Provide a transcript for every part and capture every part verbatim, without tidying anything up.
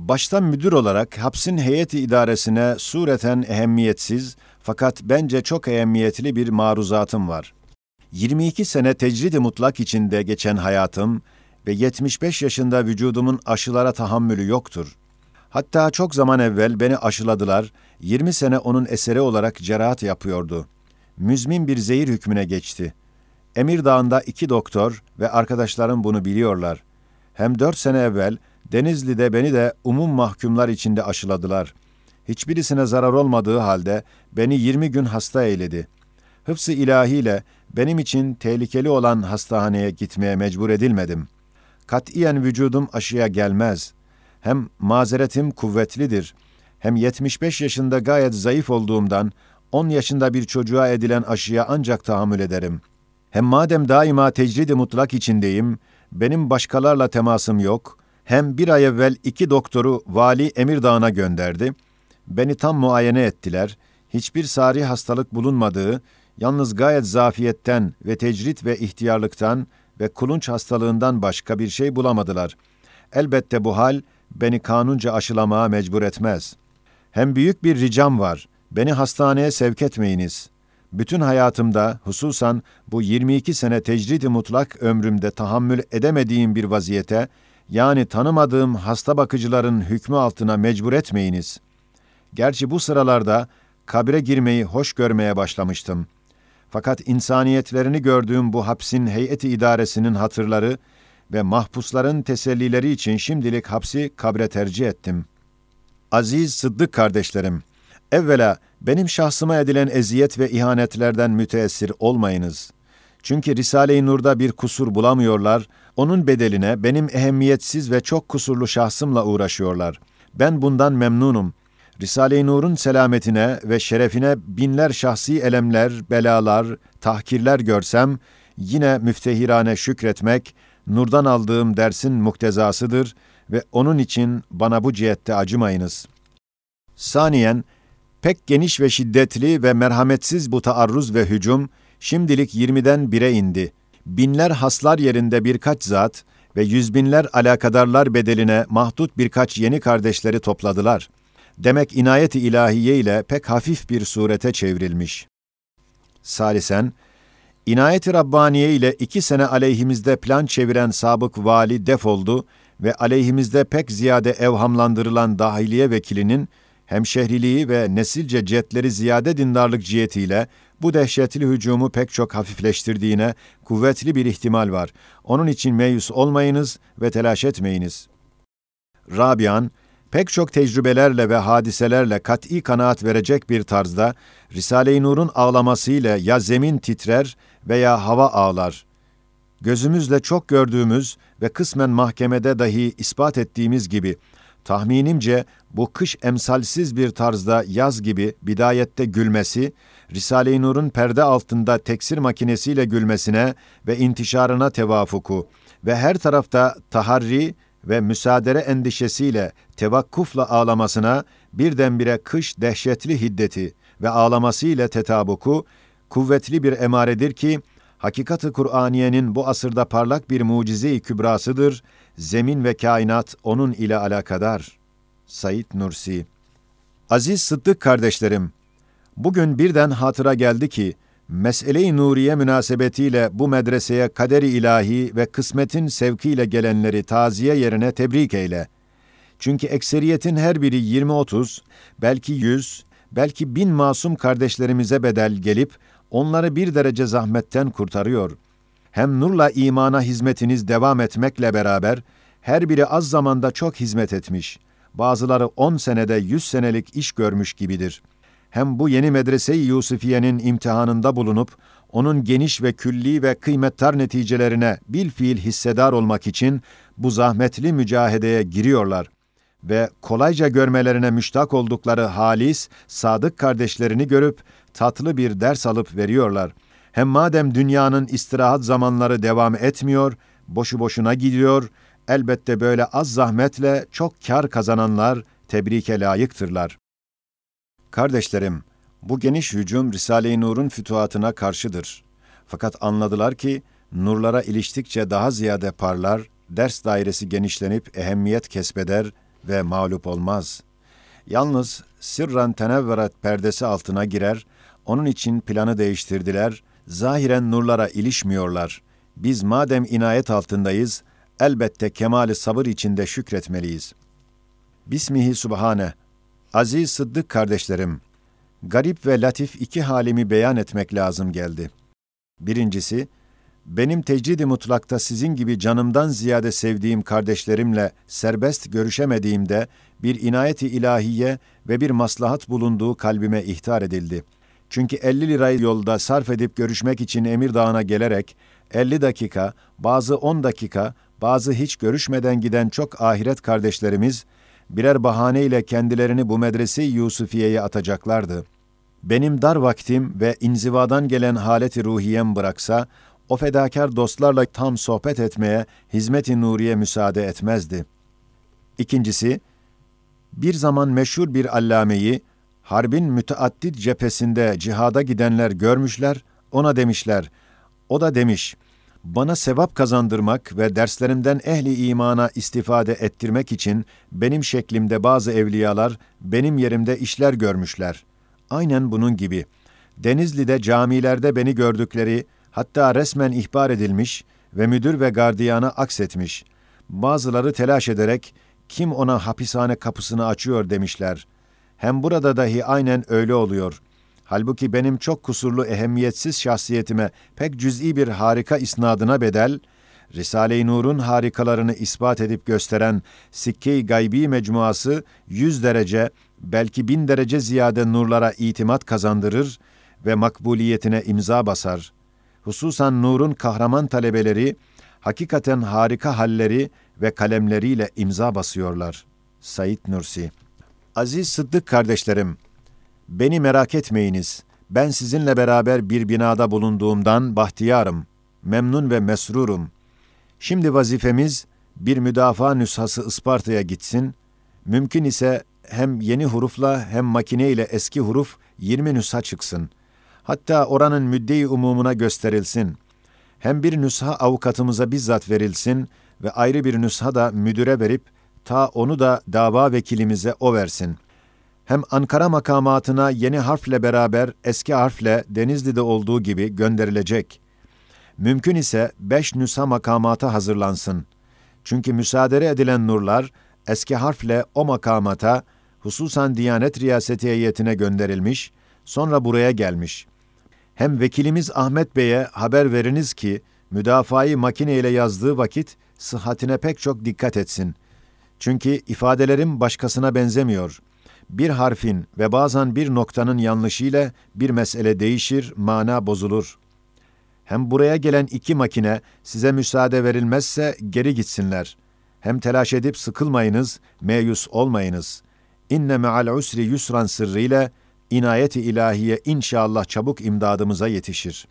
Başta müdür olarak hapsin heyeti idaresine sureten ehemmiyetsiz fakat bence çok ehemmiyetli bir maruzatım var. yirmi iki sene tecrid-i mutlak içinde geçen hayatım ve yetmiş beş yaşında vücudumun aşılara tahammülü yoktur. Hatta çok zaman evvel beni aşıladılar, yirmi sene onun eseri olarak cerahat yapıyordu. Müzmin bir zehir hükmüne geçti. Emirdağ'ında iki doktor ve arkadaşlarım bunu biliyorlar. Hem dört sene evvel Denizli'de beni de umum mahkumlar içinde aşıladılar. Hiçbirisine zarar olmadığı halde beni yirmi gün hasta eyledi. Hıfz-ı ilahiyle benim için tehlikeli olan hastahaneye gitmeye mecbur edilmedim. Katiyen vücudum aşıya gelmez. Hem mazeretim kuvvetlidir. Hem yetmiş beş yaşında gayet zayıf olduğumdan on yaşında bir çocuğa edilen aşıya ancak tahammül ederim. Hem madem daima tecrid-i mutlak içindeyim, benim başkalarla temasım yok, hem bir ay evvel iki doktoru Vali Emirdağ'a gönderdi. Beni tam muayene ettiler. Hiçbir sari hastalık bulunmadığı, yalnız gayet zafiyetten ve tecrit ve ihtiyarlıktan ve kulunç hastalığından başka bir şey bulamadılar. Elbette bu hal beni kanunca aşılamaya mecbur etmez. Hem büyük bir ricam var. Beni hastaneye sevk etmeyiniz. Bütün hayatımda, hususan bu yirmi iki sene tecrid-i mutlak ömrümde tahammül edemediğim bir vaziyete, yani tanımadığım hasta bakıcıların hükmü altına mecbur etmeyiniz. Gerçi bu sıralarda kabre girmeyi hoş görmeye başlamıştım. Fakat insaniyetlerini gördüğüm bu hapsin heyeti idaresinin hatırları ve mahpusların tesellileri için şimdilik hapsi kabre tercih ettim. Aziz Sıddık kardeşlerim, evvela benim şahsıma edilen eziyet ve ihanetlerden müteessir olmayınız. Çünkü Risale-i Nur'da bir kusur bulamıyorlar, onun bedeline benim ehemmiyetsiz ve çok kusurlu şahsımla uğraşıyorlar. Ben bundan memnunum. Risale-i Nur'un selametine ve şerefine binler şahsi elemler, belalar, tahkirler görsem, yine müftehirane şükretmek, Nur'dan aldığım dersin muktezasıdır ve onun için bana bu cihette acımayınız. Saniyen, pek geniş ve şiddetli ve merhametsiz bu taarruz ve hücum, şimdilik yirmiden bire indi. Binler haslar yerinde birkaç zat ve yüzbinler alakadarlar bedeline mahdut birkaç yeni kardeşleri topladılar. Demek inayet-i ilahiye ile pek hafif bir surete çevrilmiş. Salisen, inayet-i Rabbaniye ile iki sene aleyhimizde plan çeviren sabık vali defoldu ve aleyhimizde pek ziyade evhamlandırılan dahiliye vekilinin hemşehriliği ve nesilce cetleri ziyade dindarlık cihetiyle bu dehşetli hücumu pek çok hafifleştirdiğine kuvvetli bir ihtimal var. Onun için meyus olmayınız ve telaş etmeyiniz. Rabian, pek çok tecrübelerle ve hadiselerle kat'î kanaat verecek bir tarzda Risale-i Nur'un ağlamasıyla ya zemin titrer veya hava ağlar. Gözümüzle çok gördüğümüz ve kısmen mahkemede dahi ispat ettiğimiz gibi, tahminimce bu kış emsalsiz bir tarzda yaz gibi bidayette gülmesi, Risale-i Nur'un perde altında teksir makinesiyle gülmesine ve intişarına tevafuku ve her tarafta taharri ve müsaadere endişesiyle tevakkufla ağlamasına birdenbire kış dehşetli hiddeti ve ağlamasıyla tetabuku kuvvetli bir emaredir ki, hakikat-ı Kur'aniyenin bu asırda parlak bir mucize-i kübrasıdır, zemin ve kainat onun ile alakadar. Said Nursi. Aziz Sıddık kardeşlerim, bugün birden hatıra geldi ki, mesele-i nuriye münasebetiyle bu medreseye kader-i ilahi ve kısmetin sevkiyle gelenleri taziye yerine tebrik eyle. Çünkü ekseriyetin her biri yirmi otuz, belki yüz, belki bin masum kardeşlerimize bedel gelip, onları bir derece zahmetten kurtarıyor. Hem nurla imana hizmetiniz devam etmekle beraber, her biri az zamanda çok hizmet etmiş. Bazıları on senede yüz senelik iş görmüş gibidir. Hem bu yeni medrese-i Yusufiye'nin imtihanında bulunup, onun geniş ve külli ve kıymettar neticelerine bilfiil hissedar olmak için bu zahmetli mücahedeye giriyorlar. Ve kolayca görmelerine müştak oldukları halis, sadık kardeşlerini görüp, tatlı bir ders alıp veriyorlar. Hem madem dünyanın istirahat zamanları devam etmiyor, boşu boşuna gidiyor, elbette böyle az zahmetle çok kar kazananlar tebrike layıktırlar. Kardeşlerim, bu geniş hücum Risale-i Nur'un fütuhatına karşıdır. Fakat anladılar ki, nurlara iliştikçe daha ziyade parlar, ders dairesi genişlenip ehemmiyet kesbeder ve mağlup olmaz. Yalnız sırran tenevverat perdesi altına girer, onun için planı değiştirdiler, zahiren nurlara ilişmiyorlar. Biz madem inayet altındayız, elbette kemali sabır içinde şükretmeliyiz. Bismihi Subhane. Aziz Sıddık kardeşlerim, garip ve latif iki halimi beyan etmek lazım geldi. Birincisi, benim tecrid-i mutlakta sizin gibi canımdan ziyade sevdiğim kardeşlerimle serbest görüşemediğimde bir inayet-i ilahiye ve bir maslahat bulunduğu kalbime ihtar edildi. Çünkü elli lirayı yolda sarf edip görüşmek için Emirdağ'a gelerek elli dakika, bazı on dakika, bazı hiç görüşmeden giden çok ahiret kardeşlerimiz birer bahaneyle kendilerini bu medrese-i Yusufiye'ye atacaklardı. Benim dar vaktim ve inzivadan gelen haleti ruhiyem bıraksa, o fedakar dostlarla tam sohbet etmeye hizmet-i nuriye müsaade etmezdi. İkincisi, bir zaman meşhur bir allameyi, harbin müteaddit cephesinde cihada gidenler görmüşler, ona demişler, o da demiş, bana sevap kazandırmak ve derslerimden ehli imana istifade ettirmek için benim şeklimde bazı evliyalar benim yerimde işler görmüşler. Aynen bunun gibi. Denizli'de camilerde beni gördükleri, hatta resmen ihbar edilmiş ve müdür ve gardiyana aksetmiş. Bazıları telaş ederek, kim ona hapishane kapısını açıyor demişler. Hem burada dahi aynen öyle oluyor. Halbuki benim çok kusurlu ehemmiyetsiz şahsiyetime pek cüz'i bir harika isnadına bedel, Risale-i Nur'un harikalarını ispat edip gösteren Sikke-i Gaybi mecmuası yüz derece, belki bin derece ziyade nurlara itimat kazandırır ve makbuliyetine imza basar. Hususan Nur'un kahraman talebeleri, hakikaten harika halleri ve kalemleriyle imza basıyorlar. Said Nursi. Aziz Sıddık kardeşlerim, beni merak etmeyiniz. Ben sizinle beraber bir binada bulunduğumdan bahtiyarım, memnun ve mesrurum. Şimdi vazifemiz bir müdafaa nüshası Isparta'ya gitsin. Mümkün ise hem yeni hurufla hem makine ile eski huruf yirmi nüsha çıksın. Hatta oranın müdde-i umumuna gösterilsin. Hem bir nüsha avukatımıza bizzat verilsin ve ayrı bir nüsha da müdüre verip ta onu da dava vekilimize o versin. Hem Ankara makamatına yeni harfle beraber eski harfle Denizli'de olduğu gibi gönderilecek. Mümkün ise beş nüsha makamata hazırlansın. Çünkü müsaade edilen nurlar eski harfle o makamata, hususan Diyanet Riyaseti heyetine gönderilmiş, sonra buraya gelmiş. Hem vekilimiz Ahmet Bey'e haber veriniz ki, müdafayı makineyle yazdığı vakit sıhhatine pek çok dikkat etsin. Çünkü ifadelerim başkasına benzemiyor. Bir harfin ve bazen bir noktanın yanlışıyla bir mesele değişir, mana bozulur. Hem buraya gelen iki makine size müsaade verilmezse geri gitsinler. Hem telaş edip sıkılmayınız, meyus olmayınız. İnne me'al usri yusran sırrıyla inayet-i ilahiye inşallah çabuk imdadımıza yetişir.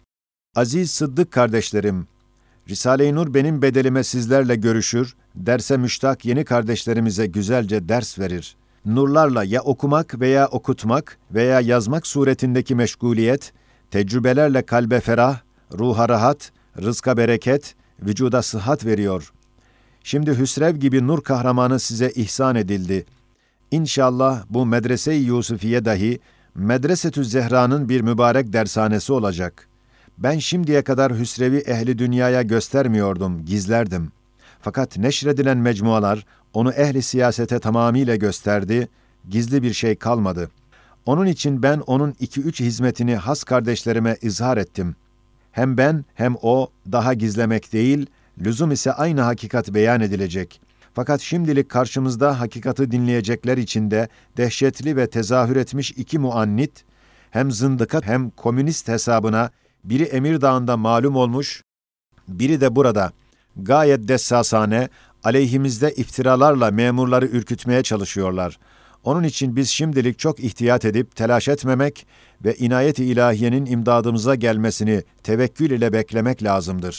Aziz Sıddık kardeşlerim, Risale-i Nur benim bedelime sizlerle görüşür, derse müştak yeni kardeşlerimize güzelce ders verir. Nurlarla ya okumak veya okutmak veya yazmak suretindeki meşguliyet, tecrübelerle kalbe ferah, ruha rahat, rızka bereket, vücuda sıhhat veriyor. Şimdi Hüsrev gibi nur kahramanı size ihsan edildi. İnşallah bu medrese-i Yusufiye dahi Medresetü Zehra'nın bir mübarek dershanesi olacak. Ben şimdiye kadar Hüsrev'i ehli dünyaya göstermiyordum, gizlerdim. Fakat neşredilen mecmualar onu ehli siyasete tamamıyla gösterdi, gizli bir şey kalmadı. Onun için ben onun iki üç hizmetini has kardeşlerime izhar ettim. Hem ben hem o daha gizlemek değil, lüzum ise aynı hakikat beyan edilecek. Fakat şimdilik karşımızda hakikati dinleyecekler içinde dehşetli ve tezahür etmiş iki muannit, hem zındıka hem komünist hesabına biri Emirdağ'ında malum olmuş, biri de burada gayet dessasane, aleyhimizde iftiralarla memurları ürkütmeye çalışıyorlar. Onun için biz şimdilik çok ihtiyat edip telaş etmemek ve inayet-i ilahiyenin imdadımıza gelmesini tevekkül ile beklemek lazımdır.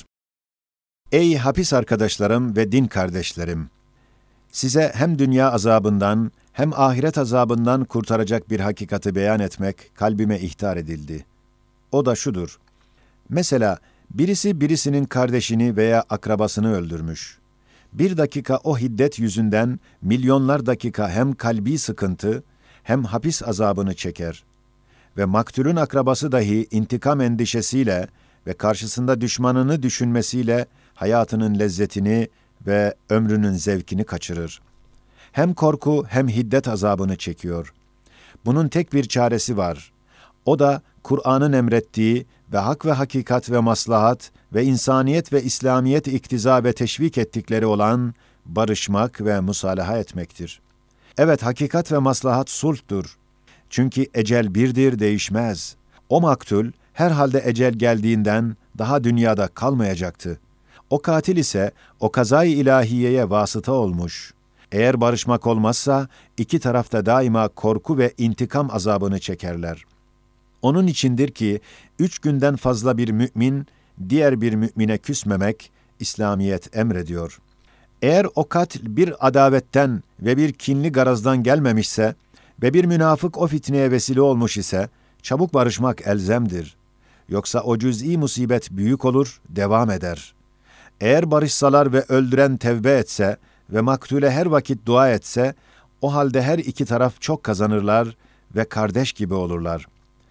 Ey hapis arkadaşlarım ve din kardeşlerim! Size hem dünya azabından hem ahiret azabından kurtaracak bir hakikati beyan etmek kalbime ihtar edildi. O da şudur. Mesela birisi birisinin kardeşini veya akrabasını öldürmüş. Bir dakika o hiddet yüzünden milyonlar dakika hem kalbi sıkıntı hem hapis azabını çeker. Ve maktulün akrabası dahi intikam endişesiyle ve karşısında düşmanını düşünmesiyle hayatının lezzetini ve ömrünün zevkini kaçırır. Hem korku hem hiddet azabını çekiyor. Bunun tek bir çaresi var. O da Kur'an'ın emrettiği ve hak ve hakikat ve maslahat ve insaniyet ve İslamiyet iktiza ve teşvik ettikleri olan barışmak ve musalaha etmektir. Evet, hakikat ve maslahat sulhtur. Çünkü ecel birdir, değişmez. O maktul herhalde ecel geldiğinden daha dünyada kalmayacaktı. O katil ise o kazayı ilahiyeye vasıta olmuş. Eğer barışmak olmazsa iki tarafta daima korku ve intikam azabını çekerler. Onun içindir ki üç günden fazla bir mümin diğer bir mümine küsmemek İslamiyet emrediyor. Eğer o katil bir adavetten ve bir kinli garazdan gelmemişse ve bir münafık o fitneye vesile olmuş ise çabuk barışmak elzemdir. Yoksa o cüz'i musibet büyük olur, devam eder. Eğer barışsalar ve öldüren tevbe etse ve maktule her vakit dua etse, o halde her iki taraf çok kazanırlar ve kardeş gibi olurlar.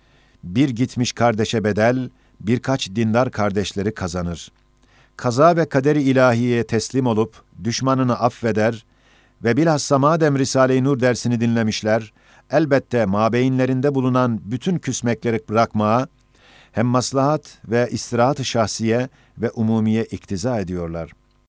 Bir gitmiş kardeşe bedel, birkaç dindar kardeşleri kazanır. Kaza ve kaderi ilahiyeye teslim olup düşmanını affeder ve bilhassa madem Risale-i Nur dersini dinlemişler, elbette mabeyinlerinde bulunan bütün küsmekleri bırakmaya, hem maslahat ve istirahat-ı şahsiye ve umumiye iktiza ediyorlar.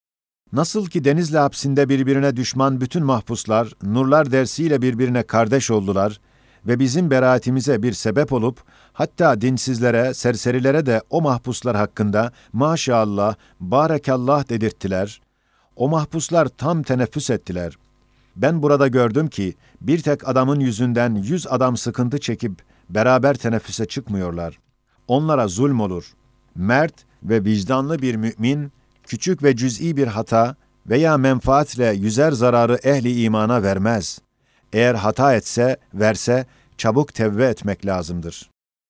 Nasıl ki Denizli hapsinde birbirine düşman bütün mahpuslar, nurlar dersiyle birbirine kardeş oldular ve bizim beraatimize bir sebep olup, hatta dinsizlere, serserilere de o mahpuslar hakkında maşallah, barekallah dedirttiler. O mahpuslar tam teneffüs ettiler. Ben burada gördüm ki, bir tek adamın yüzünden yüz adam sıkıntı çekip beraber teneffüse çıkmıyorlar. Onlara zulm olur. Mert ve vicdanlı bir mümin, küçük ve cüz'i bir hata veya menfaatle yüzer zararı ehli imana vermez. Eğer hata etse, verse, çabuk tevbe etmek lazımdır.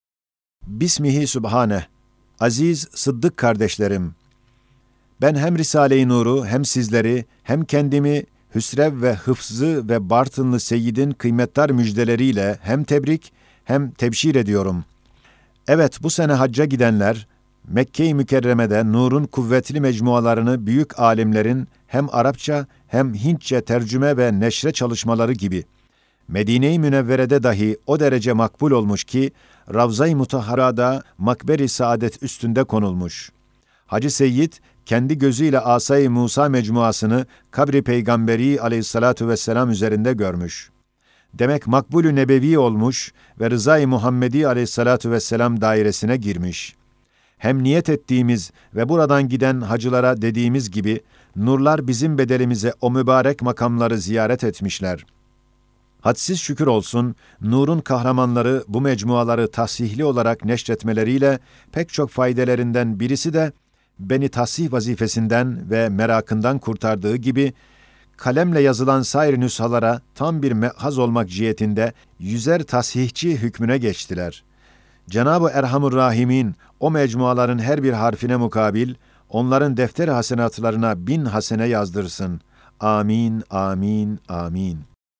Bismihi Sübhaneh. Aziz Sıddık kardeşlerim, ben hem Risale-i Nur'u hem sizleri hem kendimi Hüsrev ve Hıfzı ve Bartınlı Seyyid'in kıymetdar müjdeleriyle hem tebrik hem tebşir ediyorum. Evet, bu sene hacca gidenler, Mekke-i Mükerreme'de Nur'un kuvvetli mecmualarını büyük alimlerin hem Arapça hem Hintçe tercüme ve neşre çalışmaları gibi, Medine-i Münevvere'de dahi o derece makbul olmuş ki, Ravza-i Mutahhara'da Makber-i Saadet üstünde konulmuş. Hacı Seyyid, kendi gözüyle Asay-ı Musa mecmuasını kabri peygamberi aleyhissalatu vesselam üzerinde görmüş. Demek makbulü nebevi olmuş ve rızayı Muhammedi aleyhissalatu vesselam dairesine girmiş. Hem niyet ettiğimiz ve buradan giden hacılara dediğimiz gibi, nurlar bizim bedelimize o mübarek makamları ziyaret etmişler. Hadsiz şükür olsun, Nur'un kahramanları bu mecmuaları tahsihli olarak neşretmeleriyle pek çok faydelerinden birisi de, beni tahsih vazifesinden ve merakından kurtardığı gibi, kalemle yazılan sair nüshalara tam bir mehaz olmak cihetinde yüzer tasihçi hükmüne geçtiler. Cenab-ı Erhamur Rahimin o mecmuaların her bir harfine mukabil, onların defter-i hasenatlarına bin hasene yazdırsın. Amin, amin, amin.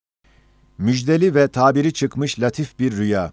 Müjdeli ve tabiri çıkmış latif bir rüya.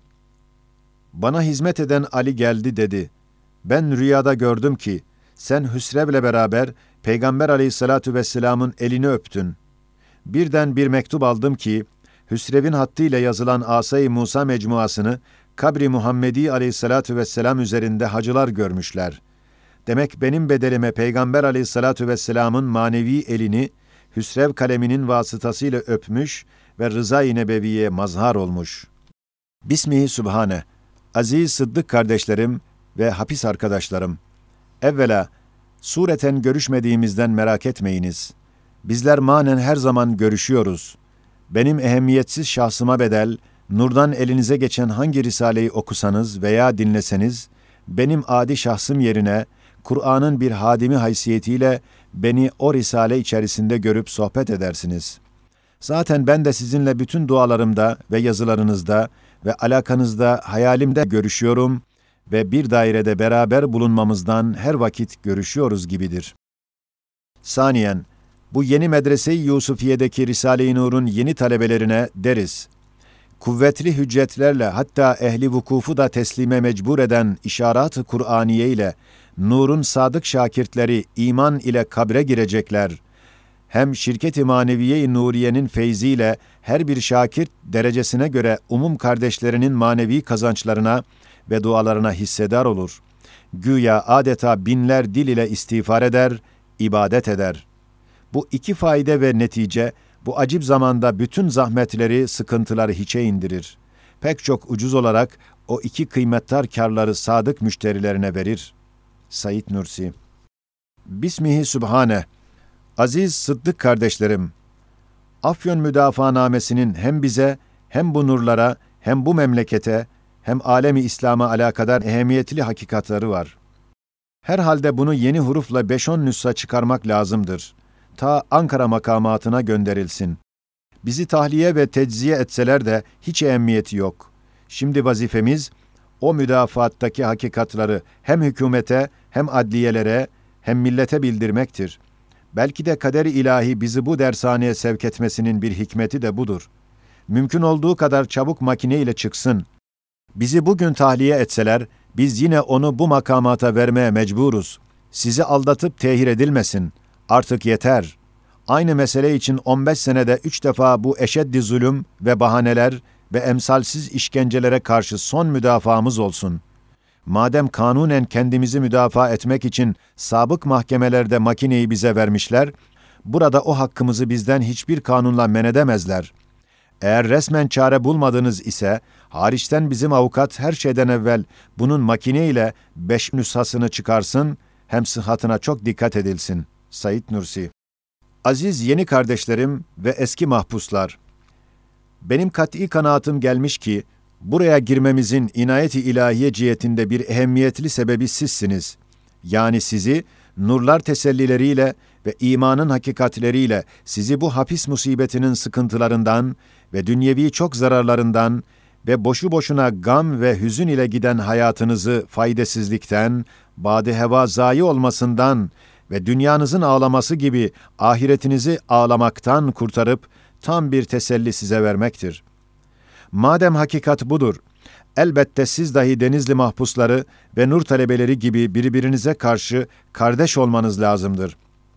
Bana hizmet eden Ali geldi dedi. Ben rüyada gördüm ki, sen Hüsrev'le beraber Peygamber aleyhissalatu vesselamın elini öptün. Birden bir mektup aldım ki, Hüsrev'in hattıyla yazılan Asay-ı Musa mecmuasını kabri Muhammedi aleyhissalatu vesselam üzerinde hacılar görmüşler. Demek benim bedelime Peygamber aleyhissalatu vesselamın manevi elini Hüsrev kaleminin vasıtasıyla öpmüş ve Rıza-i Nebevi'ye mazhar olmuş. Bismihi Sübhaneh. Aziz Sıddık kardeşlerim ve hapis arkadaşlarım, evvela sureten görüşmediğimizden merak etmeyiniz. Bizler manen her zaman görüşüyoruz. Benim ehemmiyetsiz şahsıma bedel, nurdan elinize geçen hangi risaleyi okusanız veya dinleseniz, benim adi şahsım yerine Kur'an'ın bir hadimi haysiyetiyle beni o risale içerisinde görüp sohbet edersiniz. Zaten ben de sizinle bütün dualarımda ve yazılarınızda ve alakanızda hayalimde görüşüyorum ve bir dairede beraber bulunmamızdan her vakit görüşüyoruz gibidir. Saniyen, Bu yeni medrese-i Yusufiye'deki Risale-i Nur'un yeni talebelerine deriz. Kuvvetli hüccetlerle hatta ehli vukufu da teslime mecbur eden işarat-ı Kur'aniye ile Nur'un sadık şakirtleri iman ile kabre girecekler. Hem şirket-i maneviye-i Nuriye'nin feyziyle her bir şakirt derecesine göre umum kardeşlerinin manevi kazançlarına ve dualarına hissedar olur. Güya adeta binler dil ile istiğfar eder, ibadet eder. Bu iki faide ve netice, bu acip zamanda bütün zahmetleri, sıkıntıları hiçe indirir. Pek çok ucuz olarak o iki kıymetdar kârları sadık müşterilerine verir. Said Nursi. Bismihi Sübhane. Aziz Sıddık kardeşlerim, Afyon Müdafaanamesi'nin hem bize, hem bu nurlara, hem bu memlekete, hem alemi İslam'a alakadar ehemmiyetli hakikatları var. Herhalde bunu yeni hurufla beş on nüsha çıkarmak lazımdır. Ta Ankara makamatına gönderilsin. Bizi tahliye ve tecziye etseler de hiç ehemmiyeti yok. Şimdi vazifemiz, o müdafaattaki hakikatları hem hükümete, hem adliyelere, hem millete bildirmektir. Belki de kader-i ilahi bizi bu dershaneye sevk etmesinin bir hikmeti de budur. Mümkün olduğu kadar çabuk makine ile çıksın. Bizi bugün tahliye etseler, biz yine onu bu makamata vermeye mecburuz. Sizi aldatıp tehir edilmesin. Artık yeter. Aynı mesele için on beş senede üç defa bu eşeddi zulüm ve bahaneler ve emsalsiz işkencelere karşı son müdafaamız olsun. Madem kanunen kendimizi müdafaa etmek için sabık mahkemelerde makineyi bize vermişler, burada o hakkımızı bizden hiçbir kanunla men edemezler. Eğer resmen çare bulmadınız ise, hariçten bizim avukat her şeyden evvel bunun makine ile beş nüshasını çıkarsın, hem sıhhatına çok dikkat edilsin. Said Nursi. Aziz yeni kardeşlerim ve eski mahpuslar, benim kat'i kanaatim gelmiş ki, buraya girmemizin inayet-i ilahiye cihetinde bir ehemmiyetli sebebi sizsiniz. Yani sizi, nurlar tesellileriyle ve imanın hakikatleriyle sizi bu hapis musibetinin sıkıntılarından ve dünyevi çok zararlarından ve boşu boşuna gam ve hüzün ile giden hayatınızı faydasızlıktan, bâd-ı heva zayi olmasından ve dünyanızın ağlaması gibi ahiretinizi ağlamaktan kurtarıp tam bir teselli size vermektir. Madem hakikat budur, elbette siz dahi Denizli mahpusları ve nur talebeleri gibi birbirinize karşı kardeş olmanız lazımdır.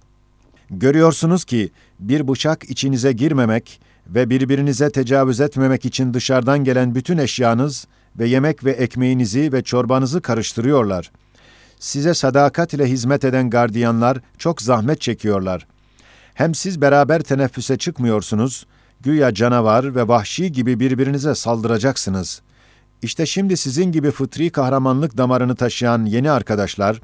Görüyorsunuz ki bir bıçak içinize girmemek ve birbirinize tecavüz etmemek için dışarıdan gelen bütün eşyanız ve yemek ve ekmeğinizi ve çorbanızı karıştırıyorlar. Size sadakat ile hizmet eden gardiyanlar çok zahmet çekiyorlar. Hem siz beraber teneffüse çıkmıyorsunuz, güya canavar ve vahşi gibi birbirinize saldıracaksınız. İşte şimdi sizin gibi fıtri kahramanlık damarını taşıyan yeni arkadaşlar,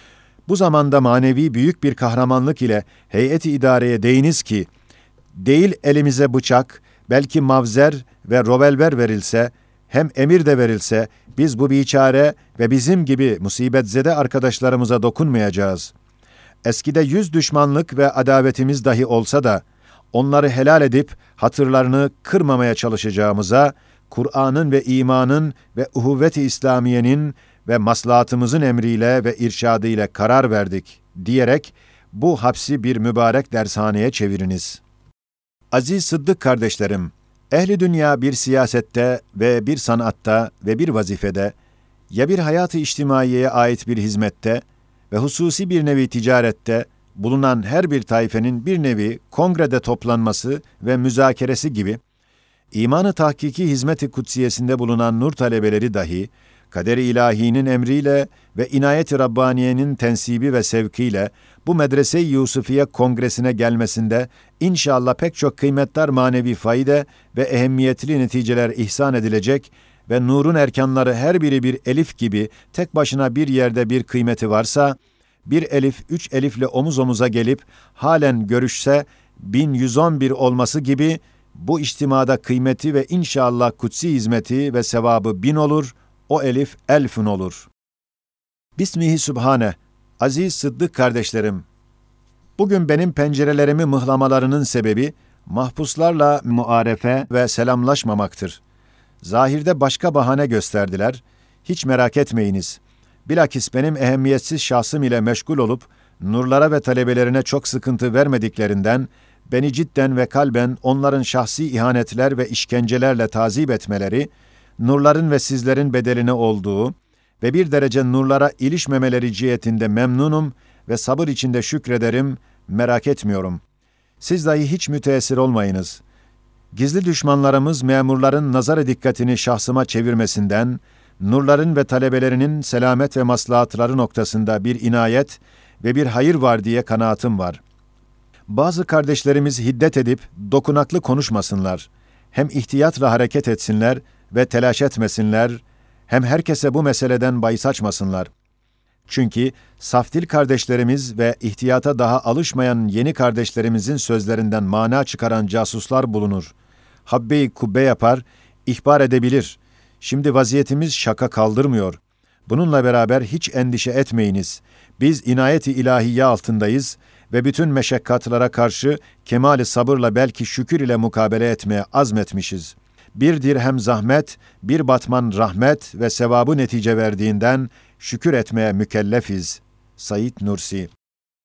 bu zamanda manevi büyük bir kahramanlık ile heyet-i idareye deyiniz ki, değil elimize bıçak, belki mavzer ve rovelver verilse, hem emir de verilse, biz bu biçare ve bizim gibi musibetzede arkadaşlarımıza dokunmayacağız. Eskide yüz düşmanlık ve adavetimiz dahi olsa da, onları helal edip hatırlarını kırmamaya çalışacağımıza, Kur'an'ın ve imanın ve uhuvvet-i İslamiye'nin ve maslahatımızın emriyle ve irşadıyla karar verdik diyerek bu hapsi bir mübarek dershaneye çeviriniz. Aziz Sıddık kardeşlerim, ehli dünya bir siyasette ve bir sanatta ve bir vazifede, ya bir hayat-ı içtimaiyeye ait bir hizmette ve hususi bir nevi ticarette bulunan her bir taifenin bir nevi kongrede toplanması ve müzakeresi gibi, iman-ı tahkiki hizmet-i kutsiyesinde bulunan nur talebeleri dahi, kader-i ilahinin emriyle ve inayet-i Rabbaniye'nin tensibi ve sevkiyle bu Medrese-i Yusufiye Kongresi'ne gelmesinde inşallah pek çok kıymetdar manevi faide ve ehemmiyetli neticeler ihsan edilecek ve nurun erkanları her biri bir elif gibi tek başına bir yerde bir kıymeti varsa, bir elif üç elifle omuz omuza gelip halen görüşse bin yüz on bir olması gibi bu içtimada kıymeti ve inşallah kutsi hizmeti ve sevabı bin olur, o elif elfün olur. Bismihi Sübhane. Aziz Sıddık kardeşlerim, bugün benim pencerelerimi mıhlamalarının sebebi mahpuslarla muarefe ve selamlaşmamaktır. Zahirde başka bahane gösterdiler. Hiç merak etmeyiniz. Bilakis benim ehemmiyetsiz şahsım ile meşgul olup nurlara ve talebelerine çok sıkıntı vermediklerinden, beni cidden ve kalben onların şahsi ihanetler ve işkencelerle tazip etmeleri, nurların ve sizlerin bedeline olduğu ve bir derece nurlara ilişmemeleri cihetinde memnunum ve sabır içinde şükrederim, merak etmiyorum. Siz dahi hiç müteessir olmayınız. Gizli düşmanlarımız memurların nazar dikkatini şahsıma çevirmesinden, nurların ve talebelerinin selamet ve maslahatları noktasında bir inayet ve bir hayır var diye kanaatim var. Bazı kardeşlerimiz hiddet edip dokunaklı konuşmasınlar. Hem ihtiyatla hareket etsinler ve telaş etmesinler, hem herkese bu meseleden bahis açmasınlar. Çünkü safdil kardeşlerimiz ve ihtiyata daha alışmayan yeni kardeşlerimizin sözlerinden mana çıkaran casuslar bulunur. Habbe-i kubbe yapar, ihbar edebilir. Şimdi vaziyetimiz şaka kaldırmıyor. Bununla beraber hiç endişe etmeyiniz. Biz inayet-i ilahiye altındayız ve bütün meşakkatlara karşı kemali sabırla belki şükür ile mukabele etmeye azmetmişiz. Bir dirhem zahmet, bir batman rahmet ve sevabı netice verdiğinden şükür etmeye mükellefiz. Said Nursi.